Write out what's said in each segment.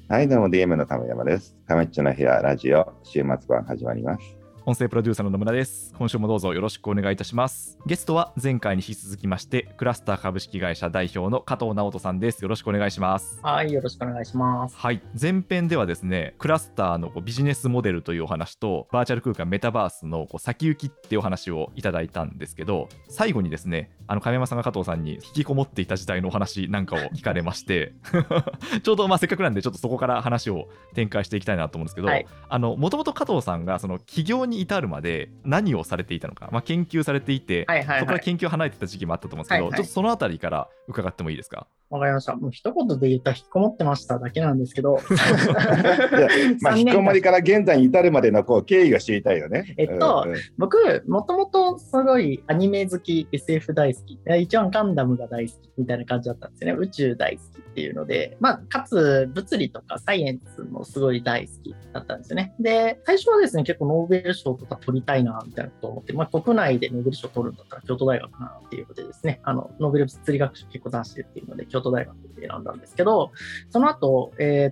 はい、どうも DM の亀山です。亀っちょの部屋ラジオ週末版始まります。 音声プロデューサーの野村です。今週もどうぞよろしくお願いいたします。ゲストは前回に引き続きましてクラスター株式会社代表の加藤直人さんです。よろしくお願いします。 はい、よろしくお願いします。 はい、前編ではですね、クラスターのビジネスモデルというお話とバーチャル空間メタバースの先行きっていうお話をいただいたんですけど、最後にですね、亀山さんが加藤さんに引きこもっていた時代のお話なんかを聞かれましてちょうどせっかくなんでちょっとそこから話を展開していきたいなと思うんですけど、もともと加藤さんがその起業に至るまで何をされていたのか、研究されていて、そこから研究を離れてた時期もあったと思うんですけど、ちょっとそのあたりから伺ってもいいですか？ わかりました。もう一言で言ったら引きこもってましただけなんですけど引きこもりから現在に至るまでの経緯が知りたいよね。 僕もともとすごいアニメ好き、 SF 大好き、一番ガンダムが大好きみたいな感じだったんですよね。宇宙大好きっていうので、かつ物理とかサイエンスもすごい大好きだったんですよね。で、最初はですね、結構ノーベル賞とか取りたいなみたいなことを思って、国内でノーベル賞取るんだったら京都大学かなっていうことでですね、ノーベル物理学賞結構出してるっていうので京都大学で選んだんですけど、その後、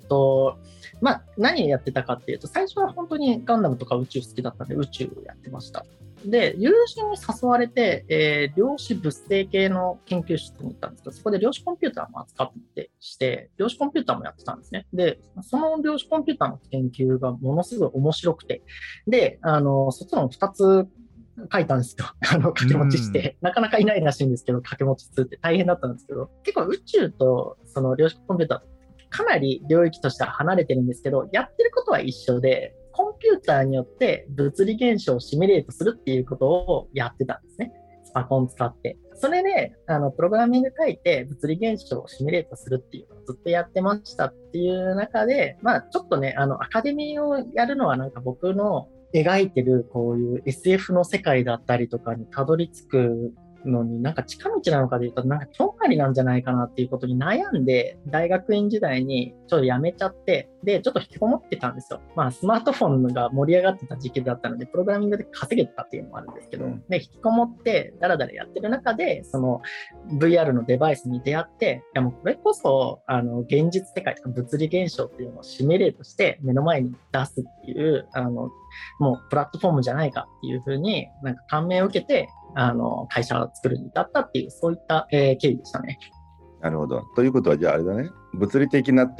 何やってたかっていうと、最初は本当にガンダムとか宇宙好きだったんで宇宙をやってました。で、友人に誘われて、量子物性系の研究室に行ったんですけど、そこで量子コンピューターも扱ってして、量子コンピューターもやってたんですね。で、その量子コンピューターの研究がものすごい面白くて、で、卒論2つ書いたんですよ。掛け持ちして。なかなかいないらしいんですけど、掛け持ちするって大変だったんですけど、結構宇宙とその量子コンピューターってかなり領域としては離れてるんですけど、やってることは一緒で、コンピューターによって物理現象をシミュレートするっていうことをやってたんですね。スパコン使って。それで、プログラミング書いて物理現象をシミュレートするっていうのをずっとやってましたっていう中で、ちょっとね、アカデミーをやるのはなんか僕の描いてるこういう SF の世界だったりとかにたどり着くのになんか近道なのかでいうとなんか遠回りなんじゃないかなっていうことに悩んで、大学院時代にちょっと辞めちゃって、でちょっと引きこもってたんですよ。スマートフォンが盛り上がってた時期だったのでプログラミングで稼げてたっていうのもあるんですけど、で引きこもってダラダラやってる中でその VR のデバイスに出会って、いやもうこれこそ現実世界とか物理現象っていうのをシミュレートして目の前に出すっていうもうプラットフォームじゃないかっていうふうになんか感銘を受けて会社を作るに至ったっていう、そういった、経緯でしたね。 なるほど。ということはじゃああれだね、物理的な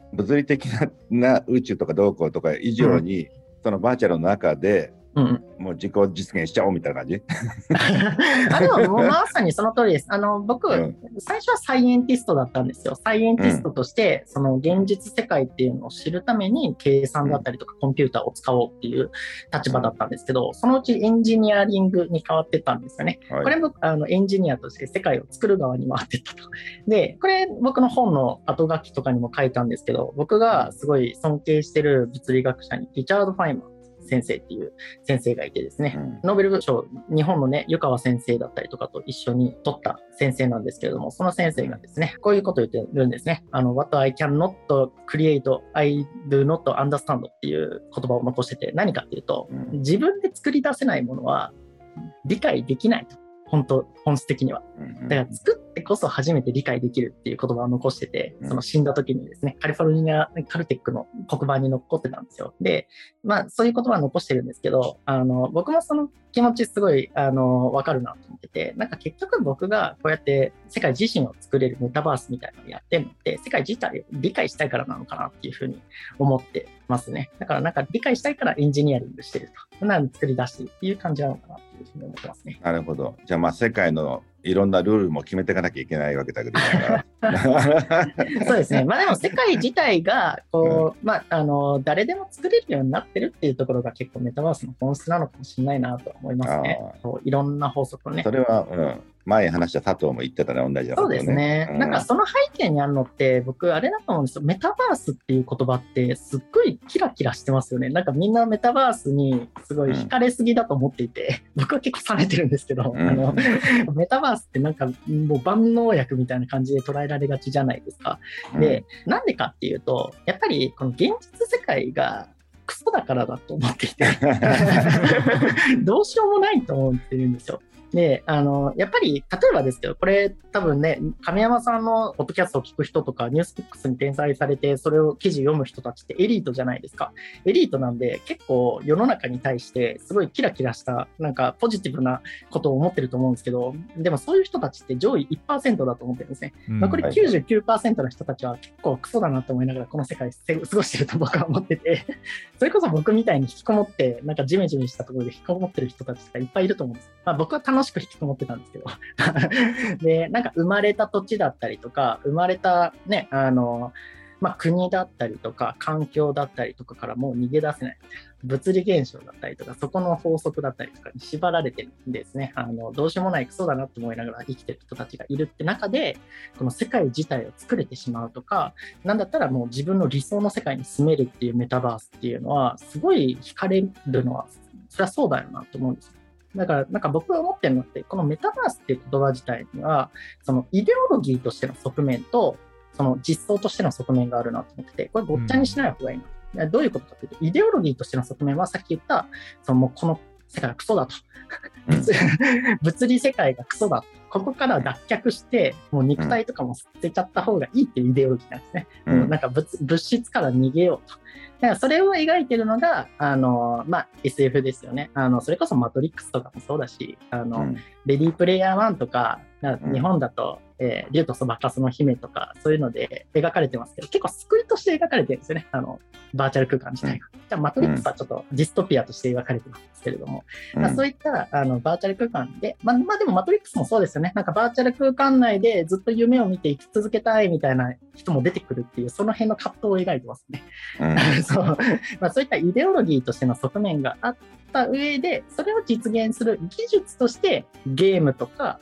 宇宙とかどうこうとか以上に、そのバーチャルの中でもう自己実現しちゃおうみたいな感じでももうまさにその通りです。僕、最初はサイエンティストだったんですよ。サイエンティストとして、その現実世界っていうのを知るために計算だったりとかコンピューターを使おうっていう立場だったんですけど、そのうちエンジニアリングに変わってったんですよね。これ僕エンジニアとして世界を作る側に回ってったと。で、これ僕の本の後書きとかにも書いたんですけど、僕がすごい尊敬してる物理学者にリチャード・ファイマー先生っていう先生がいてですね、ノーベル賞日本のね湯川先生だったりとかと一緒に取った先生なんですけれども、その先生がですねこういうことを言ってるんですね。What I cannot create, I do not understand っていう言葉を残してて、何かっていうと、自分で作り出せないものは理解できないと。本質的には。だから作ってこそ初めて理解できるっていう言葉を残してて、その死んだ時にですね、カリフォルニアカルテックの黒板に残ってたんですよ。で、そういう言葉は残してるんですけど、僕もその気持ちすごいわかるなと思ってて、なんか結局僕がこうやって世界自身を作れるメタバースみたいなのをやってるのって世界自体を理解したいからなのかなっていうふうに思ってますね。だからなんか理解したいからエンジニアリングしてると、そんなの作り出してるっていう感じなのかなっていうふうに思ってますね。 なるほど。じゃあ世界のいろんなルールも決めていかなきゃいけないわけだけどそうですね。でも世界自体がこう、誰でも作れるようになってるっていうところが結構メタバースの本質なのかもしれないなと思いますね。いろんな法則をね。 それは、前話した佐藤も言ってたね、同じようなことね。 そうですね。なんかその背景にあるのって僕あれだと思うんですよ。メタバースっていう言葉ってすっごいキラキラしてますよね。なんかみんなメタバースにすごい惹かれすぎだと思っていて、僕は結構冷めてるんですけど、メタバースってなんかもう万能薬みたいな感じで捉えられがちじゃないですか。で、なんでかっていうと、やっぱりこの現実世界がクソだからだと思っていてどうしようもないと思ってるんですよ。 で、やっぱり、例えばですけど、これ多分ね、亀山さんのポッドキャストを聞く人とか、ニュースピックスに転載されて、それを記事読む人たちってエリートじゃないですか。エリートなんで、結構世の中に対して、すごいキラキラした、なんかポジティブなことを思ってると思うんですけど、でもそういう人たちって上位 1% だと思ってるんですね。残り 99% の人たちは結構クソだなと思いながら、この世界過ごしてると僕は思ってて、それこそ僕みたいに引きこもって、なんかジメジメしたところで引きこもってる人たちがいっぱいいると思うんです。まあ僕は楽しく引きこもってたんですけど。で、なんか生まれた土地だったりとか、生まれたね、国だったりとか、環境だったりとかからもう逃げ出せない。物理現象だったりとか、そこの法則だったりとかに縛られてるんですね。どうしようもないクソだなと思いながら生きてる人たちがいるって中で、この世界自体を作れてしまうとか、なんだったらもう自分の理想の世界に住めるっていうメタバースっていうのは、すごい惹かれるのは、それはそうだよなと思うんですよ。だから、なんか僕が思ってるのって、このメタバースっていう言葉自体には、そのイデオロギーとしての側面と、その実装としての側面があるなと思ってて、これごっちゃにしない方がいいな。どういうことかというと、イデオロギーとしての側面はさっき言った、そのもうこの世界はクソだと。物理世界がクソだと。ここから脱却して、もう肉体とかも捨てちゃった方がいいっていうイデオロギーなんですね。もうなんか物質から逃げようと。だからそれを描いてるのが、SF ですよね。それこそマトリックスとかもそうだし、レディープレイヤー1とか、日本だと、竜とそばかすの姫とか、そういうので描かれてますけど、結構救いとして描かれてるんですよね。バーチャル空間自体が。じゃあマトリックスはちょっとディストピアとして描かれてますけれども、そういったバーチャル空間で、でもマトリックスもそうですよね。なんかバーチャル空間内でずっと夢を見て生き続けたいみたいな人も出てくるっていう、その辺の葛藤を描いてますね。そういったイデオロギーとしての側面があった上で、それを実現する技術としてゲームとか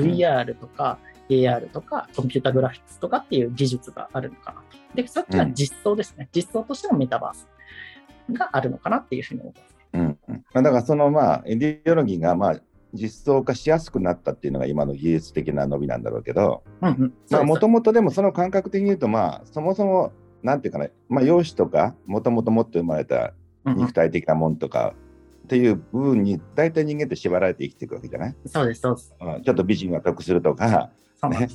VR とか AR とかコンピュータグラフィックスとかっていう技術があるのかなと。で、そっちは実装ですね。実装としてのメタバースがあるのかなっていうふうに思います。 だからそのイデオロギーが実装化しやすくなったっていうのが今の技術的な伸びなんだろうけど、もともとでもその感覚的に言うとそもそもなんていうかね、容姿とかもともと持って生まれた肉体的なもんとかっていう部分に大体人間って縛られて生きていくわけじゃない？ そうですそうです。 ちょっと美人が得するとか、ね、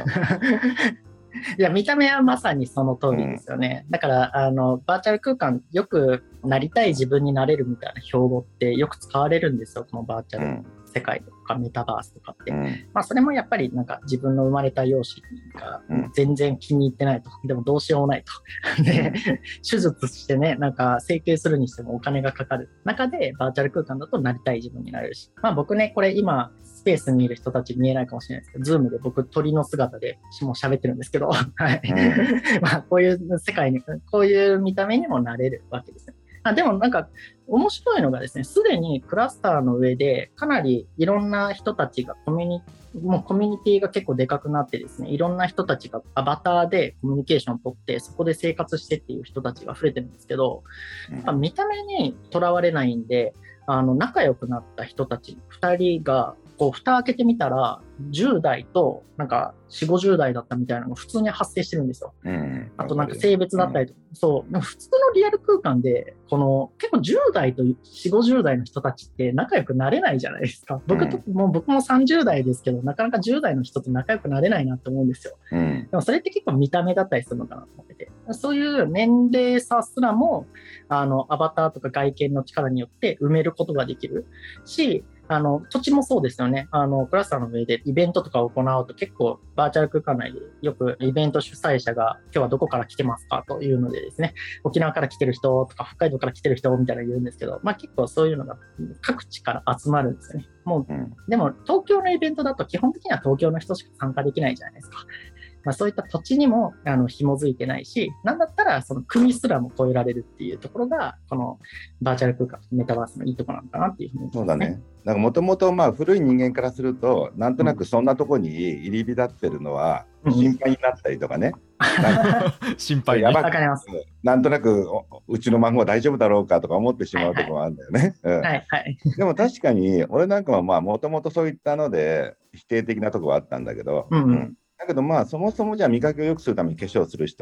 いや見た目はまさにその通りですよね。だからバーチャル空間よくなりたい自分になれるみたいな標語ってよく使われるんですよ。このバーチャル世界とかメタバースとかって、それもやっぱりなんか自分の生まれた容姿が全然気に入ってないと、でもどうしようもないとで手術してね、なんか整形するにしてもお金がかかる中でバーチャル空間だとなりたい自分になれるし、僕ねこれ今スペースにいる人たち見えないかもしれないですけど、ズームで僕鳥の姿でもう喋ってるんですけどこういう世界にこういう見た目にもなれるわけですね。でもなんか面白いのがですね、すでにクラスターの上でかなりいろんな人たちがコミュニティが結構でかくなってですね、いろんな人たちがアバターでコミュニケーションを取ってそこで生活してっていう人たちが増えてるんですけど、見た目にとらわれないんで、仲良くなった人たち2人がこう蓋開けてみたら10代となんか4、50代だったみたいなのが普通に発生してるんですよ。あとなんか性別だったりとか、そう普通のリアル空間でこの結構10代と4、50代の人たちって仲良くなれないじゃないですか。僕も30代ですけど、なかなか10代の人と仲良くなれないなと思うんですよ。でもそれって結構見た目だったりするのかなと思ってて、そういう年齢差すらもアバターとか外見の力によって埋めることができるし、土地もそうですよね。クラスターの上でイベントとかを行うと結構バーチャル空間内でよくイベント主催者が今日はどこから来てますかというのでですね、沖縄から来てる人とか北海道から来てる人みたいなの言うんですけど、結構そういうのが各地から集まるんですよね。でも東京のイベントだと基本的には東京の人しか参加できないじゃないですか。そういった土地にも紐づいてないし、なんだったらその国すらも超えられるっていうところがこのバーチャル空間メタバースのいいところなのかなっていうふうに思いますね。そうだね。 なんかもともと古い人間からするとなんとなくそんなとこに入り浸ってるのは心配になったりとかね、 心配ね。 わかります。 なんとなくうちの孫は大丈夫だろうかとか思ってしまうところがあるんだよね。でも確かに俺なんかはもともとそういったので否定的なところはあったんだけど、だけどそもそもじゃあ見かけを良くするために化粧する人、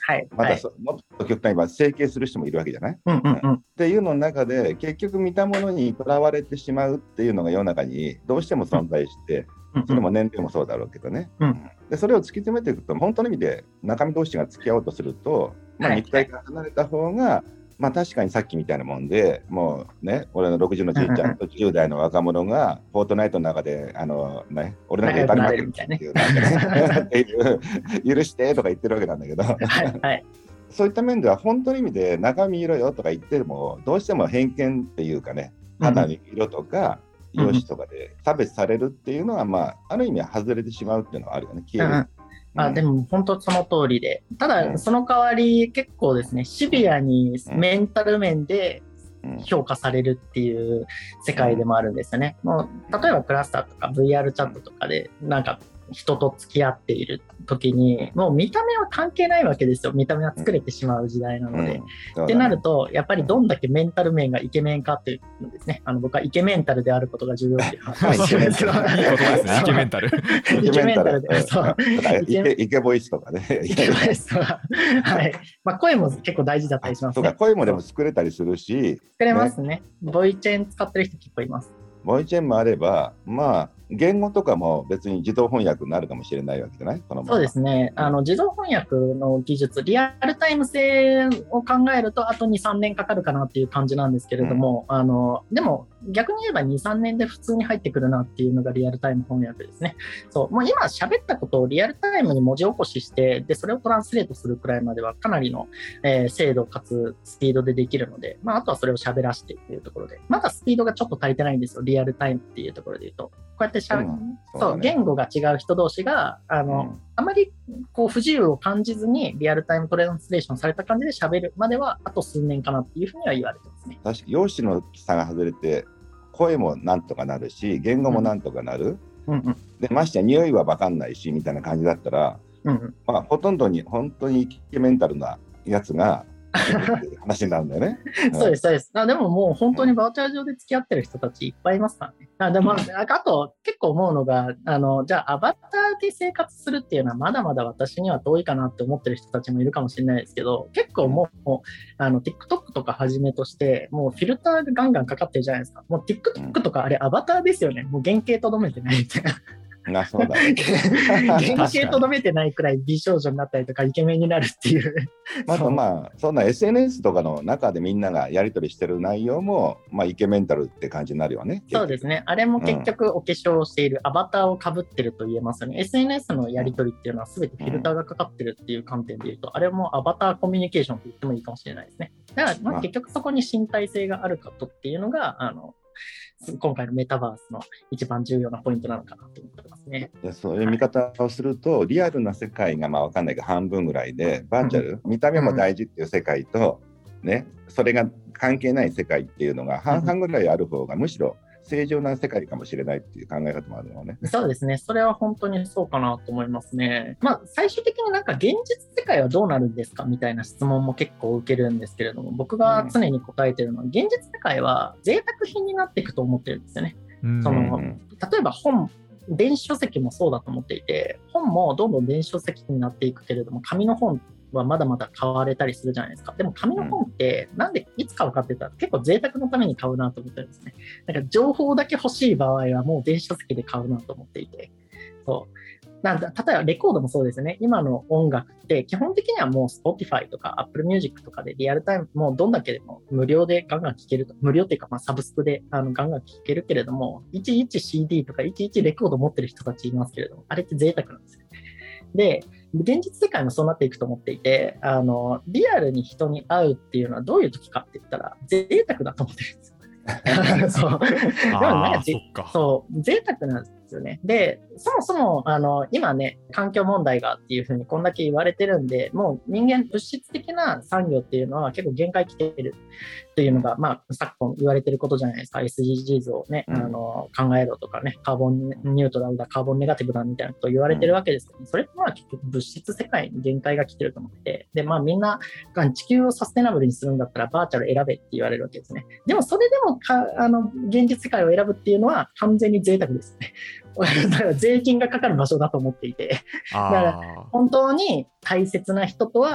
またもっと極端に言えば整形する人もいるわけじゃない、っていうの中で結局見たものにとらわれてしまうっていうのが世の中にどうしても存在して、それも年齢もそうだろうけどね、でそれを突き詰めていくと本当の意味で中身同士が付き合おうとすると、肉体から離れた方が、確かにさっきみたいなもんで、もうね、俺の60のじいちゃんと10代の若者がフォートナイトの中で俺なんか当たり前みたいなっていう許してとか言ってるわけなんだけど、そういった面では本当の意味で中身色よとか言ってもどうしても偏見っていうかね、肌の色とか容姿とかで差別されるっていうのは、ある意味外れてしまうっていうのはあるよね、消える。 でも本当その通りで、ただその代わり結構ですね、シビアにメンタル面で評価されるっていう世界でもあるんですよね。もう例えばクラスターとか VR チャットとかでなんか人と付き合っている時にもう見た目は関係ないわけですよ。見た目は作れてしまう時代なので、ってなるとやっぱりどんだけメンタル面がイケメンかっていうのですね。僕はイケメンタルであることが重要っていう話をしてるんですけど、いい言葉ですね。イケメンタルイケメンタルで、そうイケボイスとかね、 イケボイスとか、声も結構大事だったりしますね。 そうか、声もでも作れたりするし、 作れますね。ボイチェン使ってる人結構います。 ボイチェンもあれば、言語とかも別に自動翻訳になるかもしれないわけじゃない？ そうですね。自動翻訳の技術、リアルタイム性を考えると、あと2、3年かかるかなっていう感じなんですけれども、でも逆に言えば2、3年で普通に入ってくるなっていうのがリアルタイム翻訳ですね。もう今喋ったことをリアルタイムに文字起こしして、で、それをトランスレートするくらいまではかなりの、精度かつスピードでできるので、あとはそれを喋らせてっていうところで、まだスピードがちょっと足りてないんですよ。リアルタイムっていうところで言うと。こうやって言語が違う人同士があまりこう不自由を感じずにリアルタイムトランスレーションされた感じで喋るまではあと数年かなっていうふうには言われてますね。 確かに容姿の差が外れて声もなんとかなるし言語もなんとかなる、でましてや匂いは分かんないしみたいな感じだったら、ほとんどに本当にイケメンタルなやつが話になるんだよね。 そうです、そうです。でももう本当にバーチャル上で付き合ってる人たちいっぱいいますからね。でもあと結構思うのが、じゃあアバターで生活するっていうのはまだまだ私には遠いかなって思ってる人たちもいるかもしれないですけど、結構もうTikTok とかはじめとしてもうフィルターがガンガンかかってるじゃないですか。もう TikTok とかあれアバターですよね。もう原型とどめてないみたいな。 そうだ原型とどめてないくらい美少女になったりとかイケメンになるっていうそんな SNS とかの中でみんながやり取りしてる内容も、イケメンタルって感じになるよね。 そうですね。あれも結局お化粧をしている、アバターをかぶってると言えますよね。SNS のやり取りっていうのは全てフィルターがかかってるっていう観点で言うと、あれもアバターコミュニケーションと言ってもいいかもしれないですね。だから結局そこに身体性があるかとっていうのが今回のメタバースの一番重要なポイントなのかなと思ってますね。 そういう見方をするとリアルな世界が分かんないけど半分ぐらいでバーチャル、見た目も大事っていう世界と、それが関係ない世界っていうのが半々ぐらいある方がむしろ正常な世界かもしれないっていう考え方もあるのね。 そうですね。それは本当にそうかなと思いますね。最終的になんか現実世界はどうなるんですかみたいな質問も結構受けるんですけれども、僕が常に答えてるのは、現実世界は贅沢品になっていくと思ってるんですよね。例えば電子書籍もそうだと思っていて、本もどんどん電子書籍になっていくけれども、紙の本はまだまだ買われたりするじゃないですか。でも紙の本ってなんでいつ買うかって言ったら結構贅沢のために買うなと思ってるんですね。だから情報だけ欲しい場合はもう電子書籍で買うなと思っていて、例えばレコードもそうですね。今の音楽って基本的にはもう Spotify とか Apple Music とかでリアルタイムもうどんだけでも無料でガンガン聴けると、無料っていうかサブスクでガンガン聴けるけれども、いちいち CD とかいちいちレコード持ってる人たちいますけれども、あれって贅沢なんですよ。で、現実世界もそうなっていくと思っていて、リアルに人に会うっていうのはどういう時かって言ったら贅沢だと思ってるんですよ。そう。でもなんか贅沢なんですよね。で、そもそも今ね、環境問題がっていうふうにこんだけ言われてるんで、もう人間物質的な産業っていうのは結構限界来ているというのが、昨今言われてることじゃないですか。SDGs をね、考えろとかね、カーボンニュートラルだ、カーボンネガティブだみたいなことを言われてるわけですけど、それって結局物質世界に限界が来てると思ってて、で、みんな地球をサステナブルにするんだったらバーチャル選べって言われるわけですね。でもそれでも現実世界を選ぶっていうのは完全に贅沢ですね。だから税金がかかる場所だと思っていて、だから本当に大切な人とは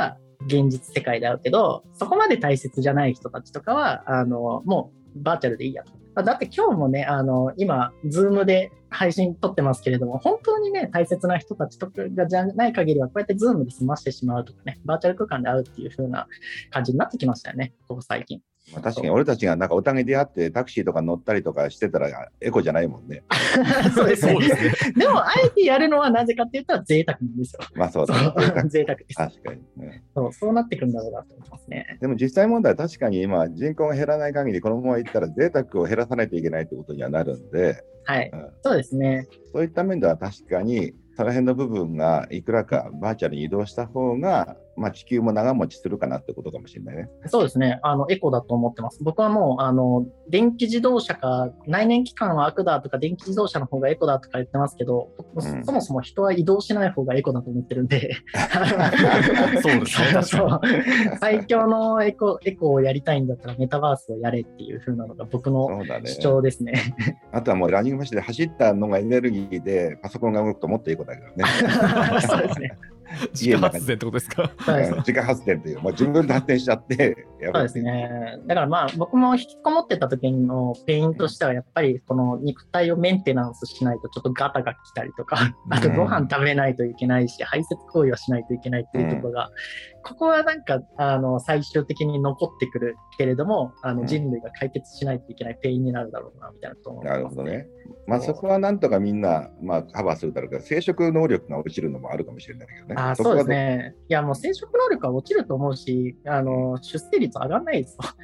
現実世界で会うけど、そこまで大切じゃない人たちとかはもうバーチャルでいいやと。だって今日もね、今、ズームで配信撮ってますけれども、本当にね、大切な人たちとかじゃない限りは、こうやってズームで済ましてしまうとかね、バーチャル空間で会うっていう風な感じになってきましたよね、ここ最近。 まあ、確かに俺たちがなんかお互い出会ってタクシーとか乗ったりとかしてたらエコじゃないもんね。 そうですね。でも、あえてやるのはなぜかって言ったら贅沢なんですよ。 まあそうだ、 ね。贅沢です。 確かに、ね、 そうなってくるんだろうなと思いますね。 でも実際問題は確かに今人口が減らない限りこのままいったら贅沢を減らさないといけないってことにはなるんで、 はい、そうですね。 そういった面では確かにその辺の部分がいくらかバーチャルに移動した方が、まあ、地球も長持ちするかなってことかもしれないね。 そうですね。エコだと思ってます。僕はもう、電気自動車か、内燃機関は悪だとか、電気自動車の方がエコだとか言ってますけど、そもそも人は移動しない方がエコだと思ってるんで。 そうですね。 そう。最強のエコをやりたいんだったら、メタバースをやれっていう風なのが僕の主張ですね。 あとはもうランニングマシンで走ったのがエネルギーでパソコンが動くともっとエコだけどね。 そうですね。 自家発電ってことですか？ 自家発電っていう、自分で発電しちゃってそうですね。だからまあ僕も引きこもってた時の原因としてはやっぱりこの肉体をメンテナンスしないとちょっとガタが来たりとか、あとご飯食べないといけないし、排泄行為はしないといけないっていうところが、ここはなんか最終的に残ってくるけれども、人類が解決しないといけない原因になるだろうなみたいなと思います、ね。 なるほどね。そこはなんとかみんな、カバーするだろうけど、生殖能力が落ちるのもあるかもしれないけどね。 そうですね。いやもう生殖能力は落ちると思うし、出生率上がんないですよ。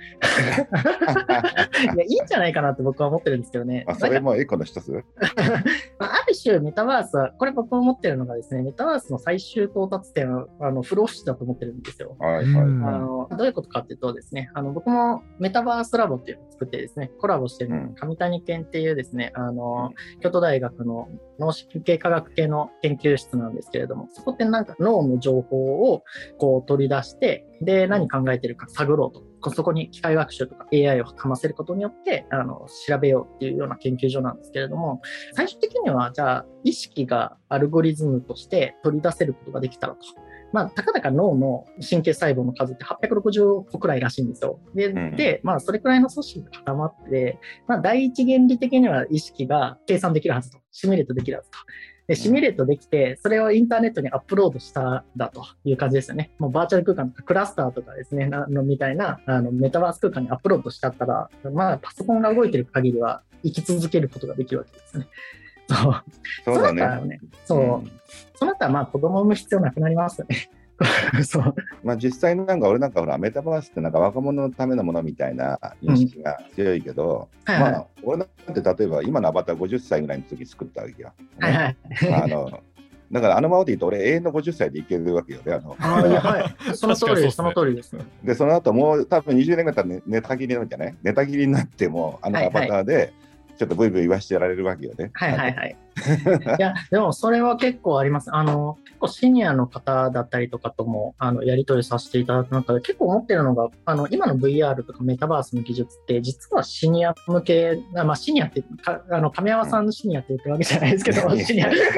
いやいいんじゃないかなって僕は思ってるんですけどね。 それもエコの一つある種メタバースは、これ僕思ってるのがですね、メタバースの最終到達点は不老不死だと思ってるんですよ。どういうことかっていうとですね、僕もメタバースラボっていうのを作ってですね、コラボしてる上谷研っていうですね、京都大学の脳神経科学系の研究室なんですけれども、そこってなんか脳の情報をこう取り出して、で、何考えてるか探ろうと。そこに機械学習とか AI をかませることによって調べようっていうような研究所なんですけれども、最終的にはじゃあ意識がアルゴリズムとして取り出せることができたらと。たかだか脳の神経細胞の数って860個くらいらしいんですよ。で、それくらいの組織が固まって、第一原理的には意識が計算できるはずと、シミュレートできるはずと。でシミュレートできて、それをインターネットにアップロードしたんだという感じですよね。もうバーチャル空間とかクラスターとかですね、みたいなメタバース空間にアップロードしちゃったら、パソコンが動いてる限りは生き続けることができるわけですね。 そうだね。 そうなったら子供を産む必要なくなりますよね。 そう実際なんか俺なんかほらメタバースってなんか若者のためのものみたいな認識が強いけど、俺なんて例えば今のアバター50歳ぐらいの時作ったわけよ。だからままで言うと俺永遠の50歳でいけるわけよね。 その通りです、その通りです。 でその後もう多分20年ぐらい寝たきりなんじゃない？寝たきりになってもアバターでちょっとブイブイ言わしてやられるわけよね。 いやでもそれは結構あります。結構シニアの方だったりとかともやり取りさせていただく中で結構思ってるのが今の VR とかメタバースの技術って実はシニア向け、シニアって亀山さんのシニアって言ってるわけじゃないですけどシ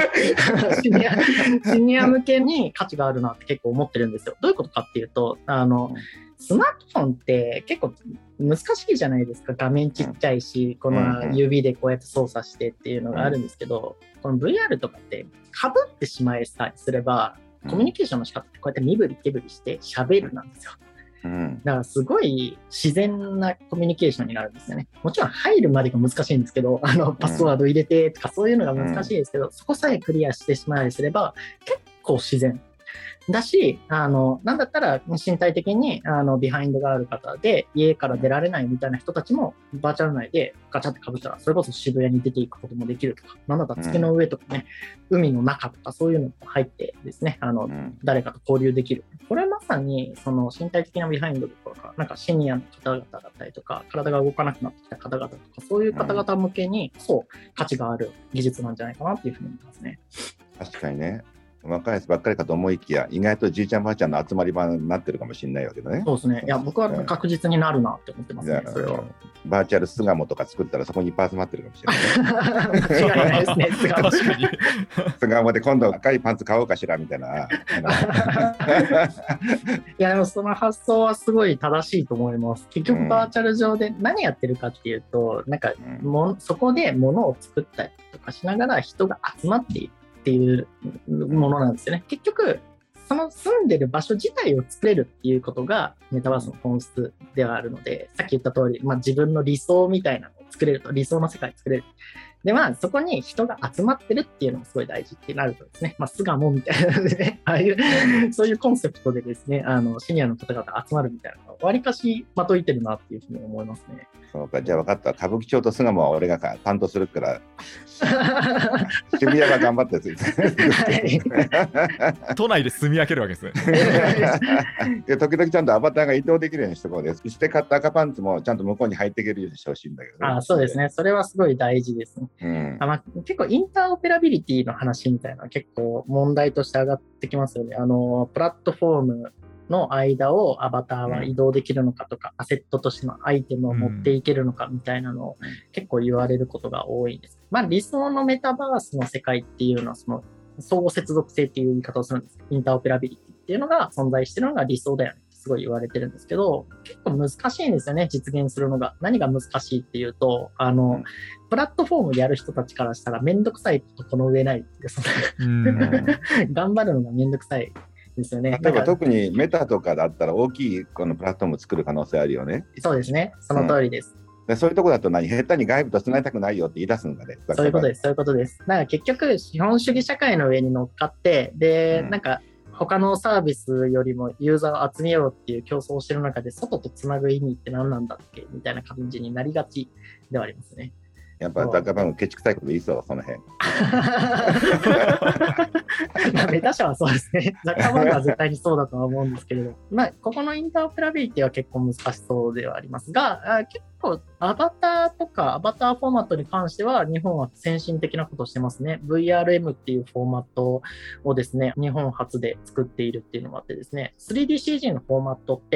ニア向けに価値があるなって結構思ってるんですよ。どういうことかっていうとスマートフォンって結構難しいじゃないですか。画面ちっちゃいし、この指でこうやって操作してっていうのがあるんですけど、この VR とかって被ってしまいさえすれば、コミュニケーションの仕方ってこうやって身振り手振りして喋るなんですよ。だからすごい自然なコミュニケーションになるんですよね。もちろん入るまでが難しいんですけど、パスワード入れてとかそういうのが難しいですけど、そこさえクリアしてしまいすれば結構自然。だし、なんだったら身体的にビハインドがある方で家から出られないみたいな人たちもバーチャル内でガチャって被ったらそれこそ渋谷に出ていくこともできるとか、なんだったら月の上とかね、海の中とかそういうのも入ってですね、誰かと交流できる。これはまさにその身体的なビハインドとか、なんかシニアの方々だったりとか、体が動かなくなってきた方々とか、そういう方々向けに価値がある技術なんじゃないかなっていうふうに思いますね。 確かにね。 若いやつばっかりかと思いきや、意外とじいちゃんばあちゃんの集まり場になってるかもしれないわけだね。 そうですね。いや、僕は確実になるなって思ってますね、それは。 バーチャル巣鴨とか作ったらそこにいっぱい集まってるかもしれない。 間違いないですね、巣鴨。 確かに。 巣鴨で今度赤いパンツ買おうかしらみたいな。いや、でもその発想はすごい正しいと思います。結局バーチャル上で何やってるかっていうと、なんかそこで物を作ったりとかしながら人が集まっているっていうものなんですよね。結局その住んでる場所自体を作れるっていうことがメタバースの本質ではあるので、さっき言った通り、自分の理想みたいなのを作れると、理想の世界を作れる。で、そこに人が集まってるっていうのもすごい大事ってなるとですね、巣鴨みたいなのでね、ああいう、そういうコンセプトでですね、シニアの方々集まるみたいなのをわりかしまといてるなっていうふうに思いますね。 そうか、じゃあ分かった。歌舞伎町と巣鴨は俺が担当するから、渋谷が頑張ってついて。 都内で住み分けるわけですね。 で、時々ちゃんとアバターが移動できるようにしてこうです。して買った赤パンツもちゃんと向こうに入っていけるようにしてほしいんだけど、ね。 そうですね。それはすごい大事ですね。結構インターオペラビリティの話みたいなのは結構問題として上がってきますよね。プラットフォームの間をアバターは移動できるのかとか、アセットとしてのアイテムを持っていけるのかみたいなのを結構言われることが多いです。理想のメタバースの世界っていうのはその相互接続性っていう言い方をするんです。インターオペラビリティっていうのが存在しているのが理想だよねってすごい言われてるんですけど、結構難しいんですよね、実現するのが。何が難しいっていうと、プラットフォームやる人たちからしたらめんどくさいとこの上ないです。頑張るのがめんどくさい。ですよね、 例えば特にメタとかだったら大きいこのプラットフォームを作る可能性あるよね。 そうですね、その通りです。 でそういうところだと下手に外部とつなぎたくないよって言い出すんだね。 そういうことです、そういうことです。だから結局資本主義社会の上に乗っかってで、他のサービスよりもユーザーを集めようっていう競争をしている中で外とつなぐ意味って何なんだっけみたいな感じになりがちではありますね。 やっぱザッカーバーグケチくさいこと言いそう、その辺。 メタ社はそうですね。ザッカーバーグは絶対にそうだとは思うんですけれど、ここのインターオペラビリティは結構難しそうではありますが、結構アバターとかアバターフォーマットに関しては日本は先進的なことをしてますね。VRM っていうフォーマットをですね、日本初で作っているっていうのもあってですね、3DCG のフォーマットって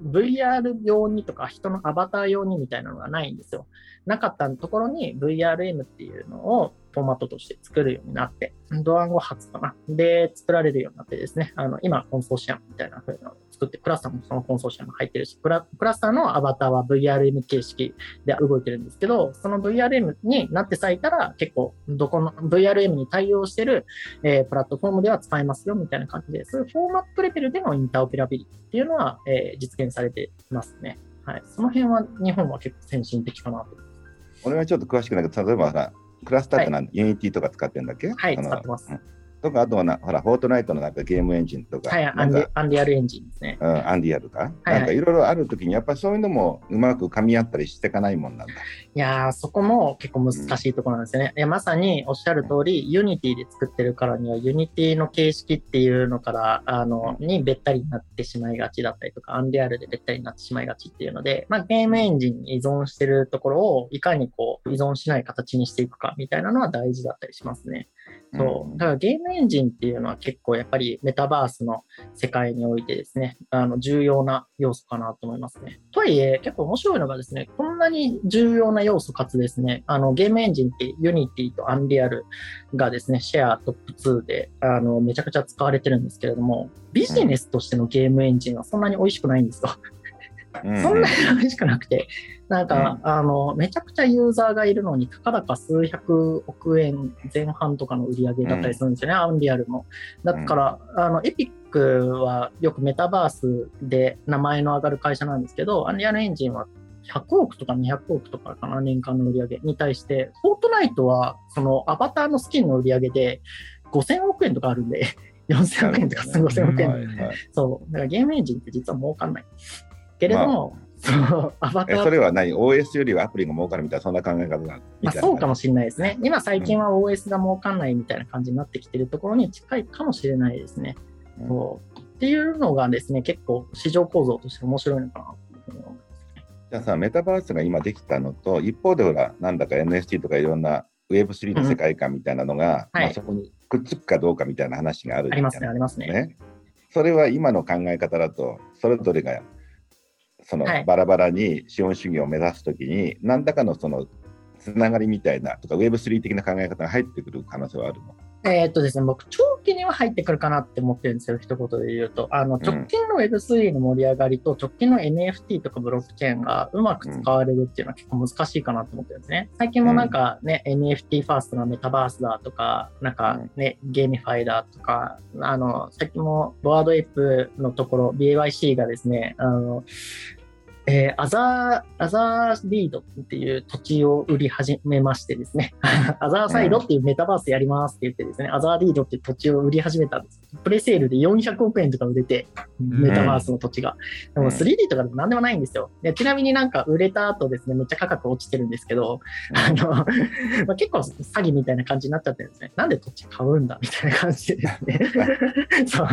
VR 用にとか人のアバター用にみたいなのがないんですよ。なかったところに VRM っていうのをフォーマットとして作るようになって、ドワンゴ初かなで作られるようになってですね、今コンソーシアムみたいな風なのを作って、クラスターもそのコンソーシアム入ってるし、クラスターのアバターは VRM 形式で動いてるんですけど、その VRM になってさえいたら結構どこの VRM に対応してる、プラットフォームでは使えますよみたいな感じで、そういうフォーマットレベルでのインターオペラビリティっていうのは、実現されていますね。はい、その辺は日本は結構先進的かなと。 俺はちょっと詳しくないけど、例えばクラスターって何、ユニティとか使ってるんだっけ？ はい、使ってます。 とか、あとはフォートナイトのゲームエンジンとか。 はい、アンディアルエンジンですね。 アンディアルか。いろいろあるときに、やっぱりそういうのもうまく噛み合ったりしていかないもんなんだ。 いやー、そこも結構難しいところなんですよね。まさにおっしゃる通り、ユニティで作ってるからには、ユニティの形式っていうのからにべったりになってしまいがちだったりとか、アンディアルでべったりになってしまいがちっていうので、ゲームエンジンに依存してるところをいかに依存しない形にしていくかみたいなのは大事だったりしますね。そうだからゲームエンジンっていうのは結構やっぱりメタバースの世界においてですね、重要な要素かなと思いますね。とはいえ結構面白いのがですね、こんなに重要な要素かつですね、ゲームエンジンってユニティとアンリアルがですね、シェアトップ2でめちゃくちゃ使われてるんですけれども、ビジネスとしてのゲームエンジンはそんなに美味しくないんですよ。そんなに美味しくなくて、めちゃくちゃユーザーがいるのに、たかだか数百億円前半とかの売り上げだったりするんですよね、アンリアルも。だから、エピックはよくメタバースで名前の上がる会社なんですけど、アンリアルエンジンは100億とか200億とかかな、年間の売り上げに対して、フォートナイトはそのアバターのスキンの売り上げで5000億円とかあるんで、4000億円とか5000億円。そう。だからゲームエンジンって実は儲かんない。けれども、アバターそれは何 OS よりはアプリが儲かるみたいな、そんな考え方がそうかもしれないですね。今最近は OS が儲かんないみたいな感じになってきているところに近いかもしれないですね。っていうのがですね、結構市場構造として面白いのかなと思います。 じゃあさ、メタバースが今できたのと、一方でほら、なんだか NFT とかいろんな Web3 の世界観みたいなのが、そこにくっつくかどうかみたいな話があるみたいな、 ありますね。 それは今の考え方だと、それぞれがそのバラバラに資本主義を目指すときに、何らかのそのつながりみたいなとか Web3 的な考え方が入ってくる可能性はあるの？ ですね、僕、長期には入ってくるかなって思ってるんですよ、一言で言うと。直近の Web3 の盛り上がりと、直近の NFT とかブロックチェーンがうまく使われるっていうのは結構難しいかなと思ってるんですね。最近もなんかね、NFT ファーストなメタバースだとか、なんかね、ゲーミファイだとか、最近もボワードエイプのところ、BYC がですね、アザーリードっていう土地を売り始めましてですね、アザーサイドっていうメタバースやりますって言ってですね、アザーリードっていう土地を売り始めたんです。プレセールで400億円とか売れて、メタバースの土地が。でも 3D とかでも何でもないんですよ。でちなみになんか売れた後ですね、めっちゃ価格落ちてるんですけど、結構詐欺みたいな感じになっちゃってるんですね。なんで土地買うんだみたいな感じでですね。そう。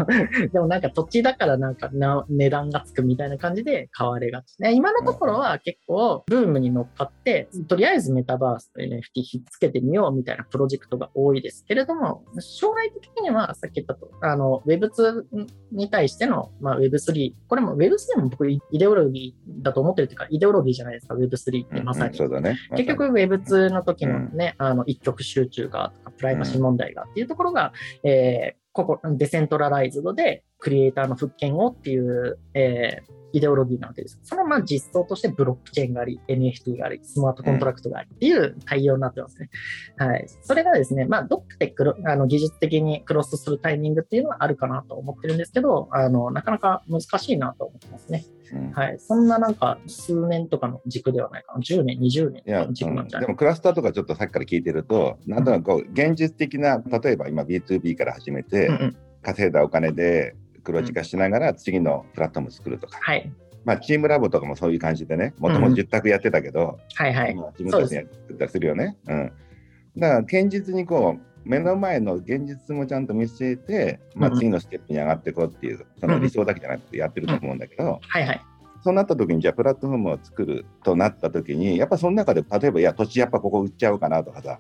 でもなんか土地だからなんか値段がつくみたいな感じで買われがち。今のところは結構ブームに乗っかって、とりあえずメタバースと NFT ひっつけてみようみたいなプロジェクトが多いですけれども、将来的にはさっき言ったとWeb2 に対しての、Web3、これも Web3 も僕イデオロギーだと思ってるというか、イデオロギーじゃないですか、Web3 ってまさに。 そうだね。 結局 Web2 の時のね、一極集中がとか、プライバシー問題がっていうところが、ここデセントラライズドでクリエイターの復権をっていう、イデオロギーなわけです。その実装としてブロックチェーンがあり、NFT があり、スマートコントラクトがありっていう対応になってますね。はい。それがですね、どっかで技術的にクロスするタイミングっていうのはあるかなと思ってるんですけど、なかなか難しいなと思ってますね。はい。そんななんか数年とかの軸ではないかな。10年、20年の軸なんじゃない。 でもクラスターとかちょっとさっきから聞いてると、なんとなくこう現実的な、例えば今 B2B から始めて、稼いだお金で黒字化しながら次のプラットフォームを作るとか、チームラボとかもそういう感じでね、もともと10択やってたけど、自分たちでやってたりするよね。だから現実にこう目の前の現実もちゃんと見据えて、次のステップに上がっていこうっていう、その理想だけじゃなくてやってると思うんだけど、そうなった時にじゃあプラットフォームを作るとなった時に、やっぱその中で例えば土地やっぱここ売っちゃおうかなとかさ、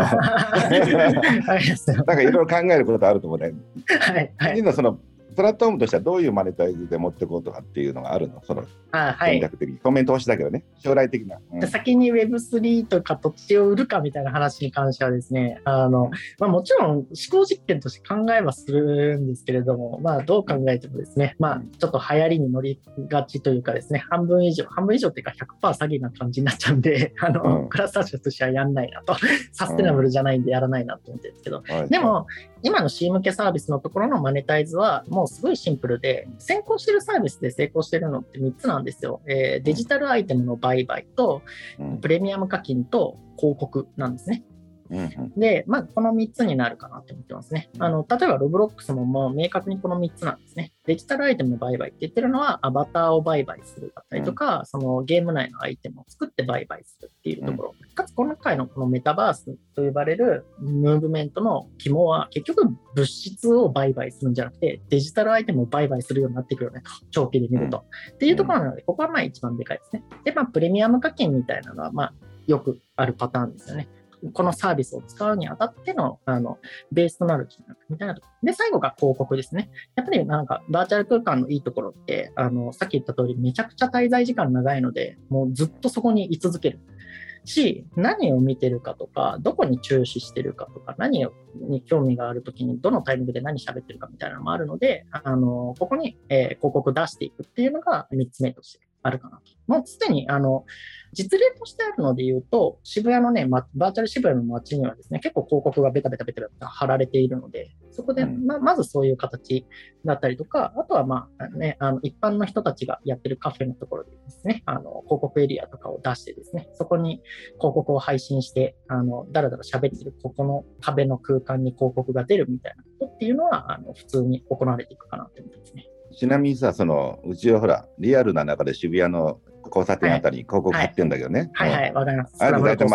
なんかいろいろ考えることあると思うね。そのプラットフォームとしてはどういうマネタイズで持っていこうとかっていうのがあるの？その戦略的に、コメント投資だけどね、将来的な、 先に Web3 とか土地を売るかみたいな話に関してはですね、もちろん思考実験として考えはするんですけれども、どう考えてもですね、ちょっと流行りに乗りがちというかですね、半分以上っていうか 100% 詐欺な感じになっちゃうんで、クラスター社としてはやんないなと、サステナブルじゃないんでやらないなと思ってるんですけど、でも今の C 向けサービスのところのマネタイズはもうすごいシンプルで、先行してるサービスで成功してるのって3つなんですよ。デジタルアイテムの売買と、プレミアム課金と広告なんですね。で、この3つになるかなと思ってますね。例えばロブロックスももう明確にこの3つなんですね。デジタルアイテムの売買って言ってるのはアバターを売買するだったりとか、そのゲーム内のアイテムを作って売買するっていうところ。かつ今回のこのメタバースと呼ばれるムーブメントの肝は結局物質を売買するんじゃなくてデジタルアイテムを売買するようになってくるよねと、長期で見ると。っていうところなので、ここは一番でかいですね。で、プレミアム課金みたいなのはよくあるパターンですよね。このサービスを使うにあたっての、ベースとなる金額みたいなところ。で、最後が広告ですね。やっぱりなんかバーチャル空間のいいところって、さっき言った通りめちゃくちゃ滞在時間長いので、もうずっとそこに居続けるし、何を見てるかとか、どこに注視してるかとか、何に興味があるときにどのタイミングで何喋ってるかみたいなのもあるので、ここに、広告を出していくっていうのが3つ目としてあるかなと。もうすでに実例としてあるので言うと、渋谷のね、バーチャル渋谷の街にはですね、結構広告がベタベタ貼られているので、そこで、まずそういう形だったりとか、あとは一般の人たちがやってるカフェのところでですね、広告エリアとかを出してですね、そこに広告を配信して、だらだら喋ってるここの壁の空間に広告が出るみたいなことっていうのは、普通に行われていくかなと思いますね。 ちなみにさ、うちはほら、リアルな中で渋谷の交差点あたりに広告貼ってるんだけどね。 わかります。 あれ大体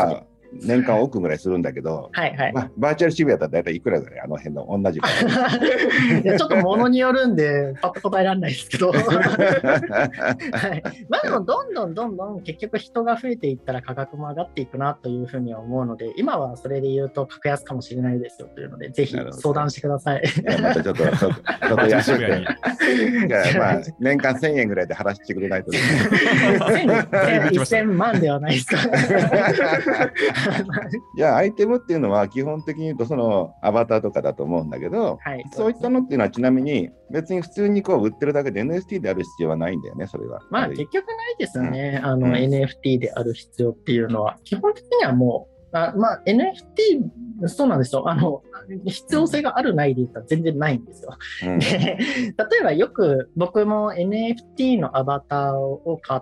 年間億ぐらいするんだけど、 はいはい、 バーチャル渋谷だったら大体いくらぐらい、あの辺の同じいやちょっと物によるんでパッと答えられないですけど、はい、まあでもどんどん結局人が増えていったら価格も上がっていくなというふうには思うので、今はそれで言うと格安かもしれないですよというので、ぜひ相談してください。 いやまたちょっと安くてまあ年間1000円ぐらいで払してくれないと 1000万ではないですか。 いやアイテムっていうのは基本的に言うとそのアバターとかだと思うんだけど、はい、そういったのっていうのはちなみに別に普通にこう売ってるだけで NFT である必要はないんだよね、それは。 まあ結局ないですよね、NFT である必要っていうのは。基本的にはもうNFT、そうなんですよ。必要性があるないで言ったら全然ないんですよ。で、例えばよく僕も NFT のアバターを買って、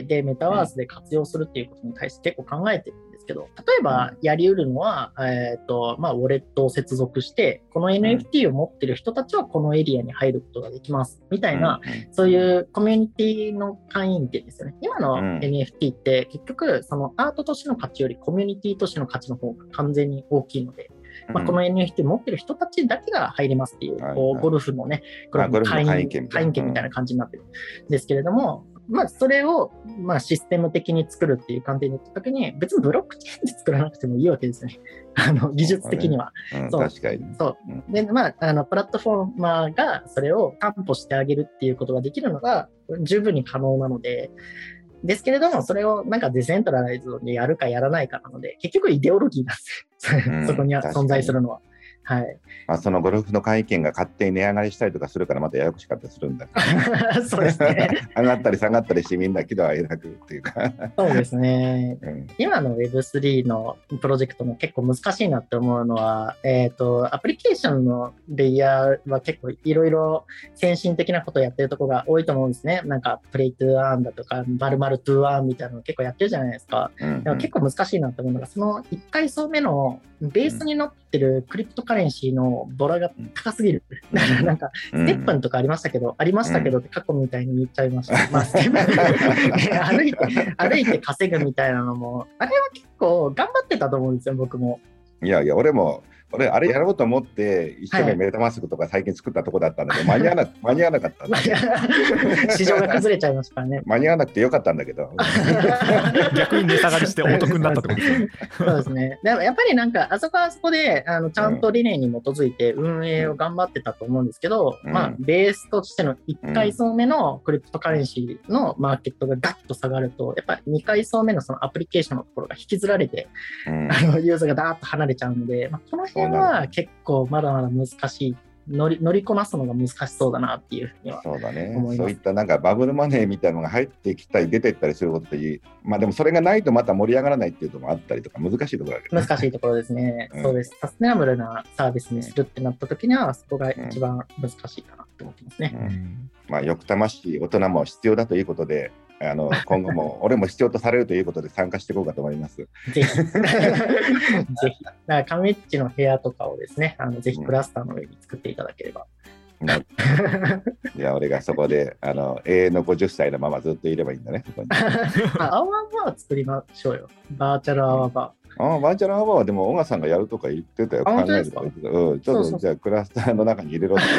で、メタバースで活用するっていうことに対して結構考えてるんですけど、例えばやり得るのは、ウォレットを接続して、この NFT を持ってる人たちはこのエリアに入ることができます。みたいな、そういうコミュニティの会員権ですよね。今の NFT って結局、そのアートとしての価値よりコミュニティとしての価値の方が完全に大きいので、この NFT を持ってる人たちだけが入れますっていう、ゴルフのね、会員権みたいな感じになってるんですけれども、それを、システム的に作るっていう観点で言ったときに、別にブロックチェーンで作らなくてもいいわけですよね。技術的には。 確かに。 そう。で、プラットフォーマーがそれを担保してあげるっていうことができるのが十分に可能なので、ですけれども、それをなんかデセントラライズにやるかやらないかなので、結局イデオロギーなんですよ。そこには存在するのは。はい。 そのゴルフの会員権が勝手に値上がりしたりとかするからまたややこしかったりするんだそうですね。 上がったり下がったりしてみんな喜怒哀楽っていうかそうですね、今の Web3 のプロジェクトも結構難しいなって思うのは、アプリケーションのレイヤーは結構いろいろ先進的なことをやってるところが多いと思うんですね。なんかプレイトゥーアーンだとかバルマルトゥーアーンみたいなの結構やってるじゃないですか。でも結構難しいなって思うのが、その1階層目のベースに乗ってるクリプトカレンシーのボラが高すぎる。だからなんかステップンとかありましたけどって過去みたいに言っちゃいました。ステップ歩いて稼ぐみたいなのも、あれは結構頑張ってたと思うんですよ、僕も。 いや俺あれやろうと思って一生懸命メタマスクとか最近作ったとこだったんだけど、間に合わなかったんだ市場が崩れちゃいましたからね。 間に合わなくてよかったんだけど逆に値下がりしてお得になったってことですね。 そうですね。でもやっぱりなんかあそこはあそこでちゃんと理念に基づいて運営を頑張ってたと思うんですけど、ベースとしての1階層目のクリプトカレンシーのマーケットがガッと下がると、やっぱり2階層目のそのアプリケーションのところが引きずられて、ユーザーがダーッと離れちゃうので、この辺は結構まだまだ難しい。乗りこなすのが難しそうだなっていうふうには思います。そうだね。 そういったなんかバブルマネーみたいなのが入ってきたり出てったりすることででもそれがないとまた盛り上がらないっていうのもあったりとか難しいところだけど、 難しいところですね。そうです。サステナブルなサービスにするってなった時にはそこが一番難しいかなって思ってますね。 欲たましい大人も必要だということで、今後も俺も必要とされるということで参加していこうかと思います。 ぜひ。ぜひ。だからカメッチの部屋とかをですね、ぜひクラスターの上に作っていただければ。 いや俺がそこで永遠の50歳のままずっといればいいんだね。 アワーバー作りましょうよ。バーチャルアワーバー。 バーチャルアワーはでも小川さんがやるとか言ってたよ。考えるとか言ってた。ちょっとじゃあクラスターの中に入れろって。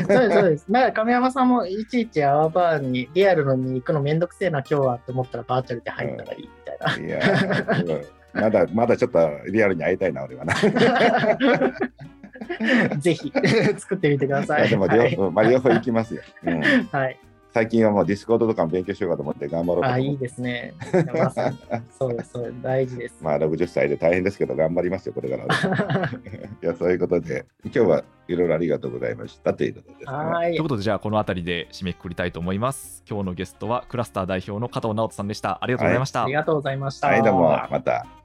そうです。だから亀山さんもいちいちアワーバーにリアルのに行くのめんどくせえな今日はって思ったらバーチャルで入ったらいいみたいな。 いやまだちょっとリアルに会いたいな俺はな。 ぜひ作ってみてください。 でも両方行きますよ。 はい。 最近はもうディスコードとかも勉強しようかと思って頑張ろうと思って。 いいですね。まさにそうです、大事です。 60歳で大変ですけど頑張りますよ、これから。いや、そういうことで、今日はいろいろありがとうございましたということですね。 ということで、じゃあこのあたりで締めくくりたいと思います。今日のゲストはクラスター代表の加藤直人さんでした。ありがとうございました。 ありがとうございました。 はい、どうも、また。